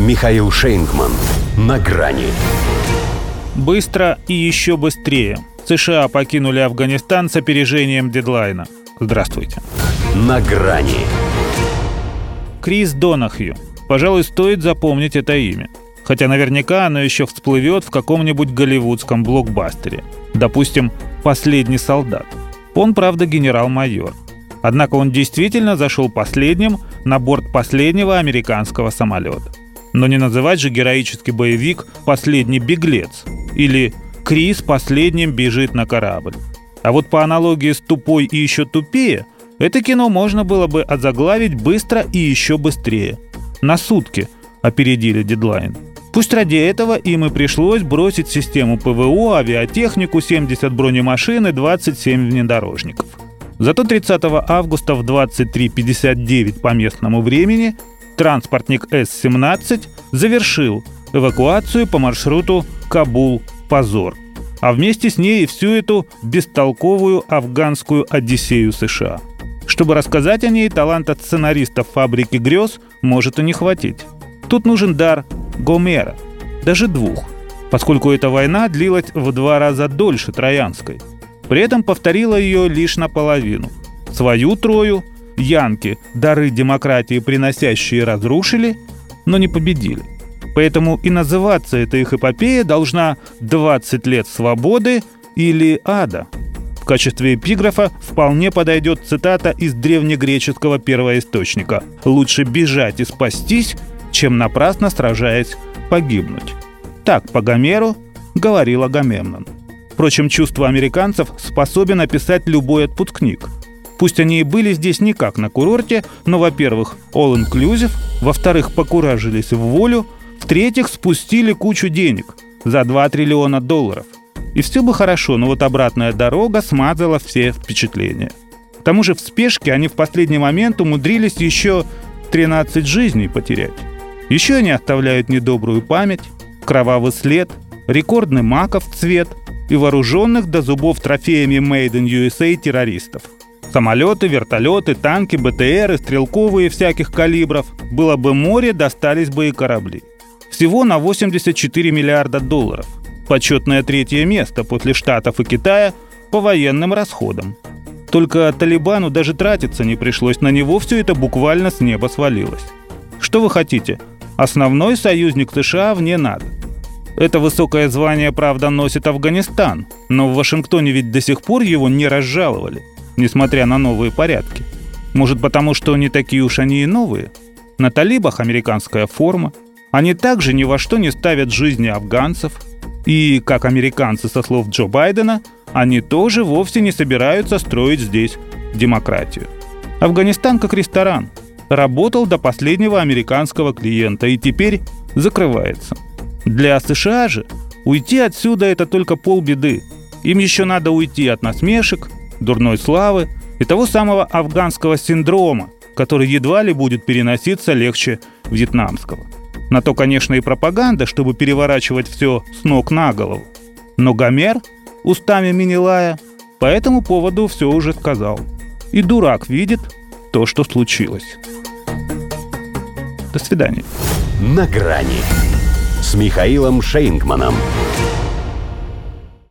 Михаил Шейнгман. На грани. Быстро и еще быстрее. США покинули Афганистан с опережением дедлайна. Здравствуйте. На грани. Крис Донахью. Пожалуй, стоит запомнить это имя. Хотя наверняка оно еще всплывет в каком-нибудь голливудском блокбастере. Допустим, «Последний солдат». Он, правда, генерал-майор. Однако он действительно зашел последним на борт последнего американского самолета. Но не называть же героический боевик «Последний беглец» или «Крис последним бежит на корабль». А вот по аналогии с «Тупой и еще тупее» это кино можно было бы озаглавить «Быстро и еще быстрее». На сутки опередили дедлайн. Пусть ради этого им и пришлось бросить систему ПВО, авиатехнику, 70 бронемашин и 27 внедорожников. Зато 30 августа в 23:59 по местному времени транспортник С-17 завершил эвакуацию по маршруту Кабул-Позор, а вместе с ней и всю эту бестолковую афганскую одиссею США. Чтобы рассказать о ней, таланта сценаристов «Фабрики грез» может и не хватить. Тут нужен дар Гомера, даже двух, поскольку эта война длилась в 2 раза дольше Троянской. При этом повторила ее лишь наполовину. Свою Трою янки, дары демократии приносящие, разрушили, но не победили. Поэтому и называться эта их эпопея должна «20 лет свободы» или «Ада». В качестве эпиграфа вполне подойдет цитата из древнегреческого первоисточника: «Лучше бежать и спастись, чем напрасно сражаясь погибнуть». Так по Гомеру говорил Агамемнон. Впрочем, чувство американцев способен описать любой отпускник. Пусть они и были здесь не как на курорте, но, во-первых, all-inclusive, во-вторых, покуражились в волю, в-третьих, спустили кучу денег за $2 триллиона. И все бы хорошо, но вот обратная дорога смазала все впечатления. К тому же в спешке они в последний момент умудрились еще 13 жизней потерять. Еще они оставляют недобрую память, кровавый след, рекордный маков цвет и вооруженных до зубов трофеями Made in USA террористов. Самолеты, вертолеты, танки, БТРы, стрелковые всяких калибров. Было бы море, достались бы и корабли. Всего на $84 миллиарда. Почетное 3-е место после Штатов и Китая по военным расходам. Только Талибану даже тратиться не пришлось, на него все это буквально с неба свалилось. Что вы хотите? Основной союзник США вне НАТО. Это высокое звание, правда, носит Афганистан, но в Вашингтоне ведь до сих пор его не разжаловали, несмотря на новые порядки. Может, потому что не такие уж они и новые? На талибах американская форма. Они также ни во что не ставят жизни афганцев. И, как американцы со слов Джо Байдена, они тоже вовсе не собираются строить здесь демократию. Афганистан как ресторан. Работал до последнего американского клиента и теперь закрывается. Для США же уйти отсюда – это только полбеды. Им еще надо уйти от насмешек, дурной славы и того самого афганского синдрома, который едва ли будет переноситься легче вьетнамского. На то, конечно, и пропаганда, чтобы переворачивать все с ног на голову. Но Гомер устами Менелая по этому поводу все уже сказал. И дурак видит то, что случилось. До свидания. На грани с Михаилом Шейнгманом.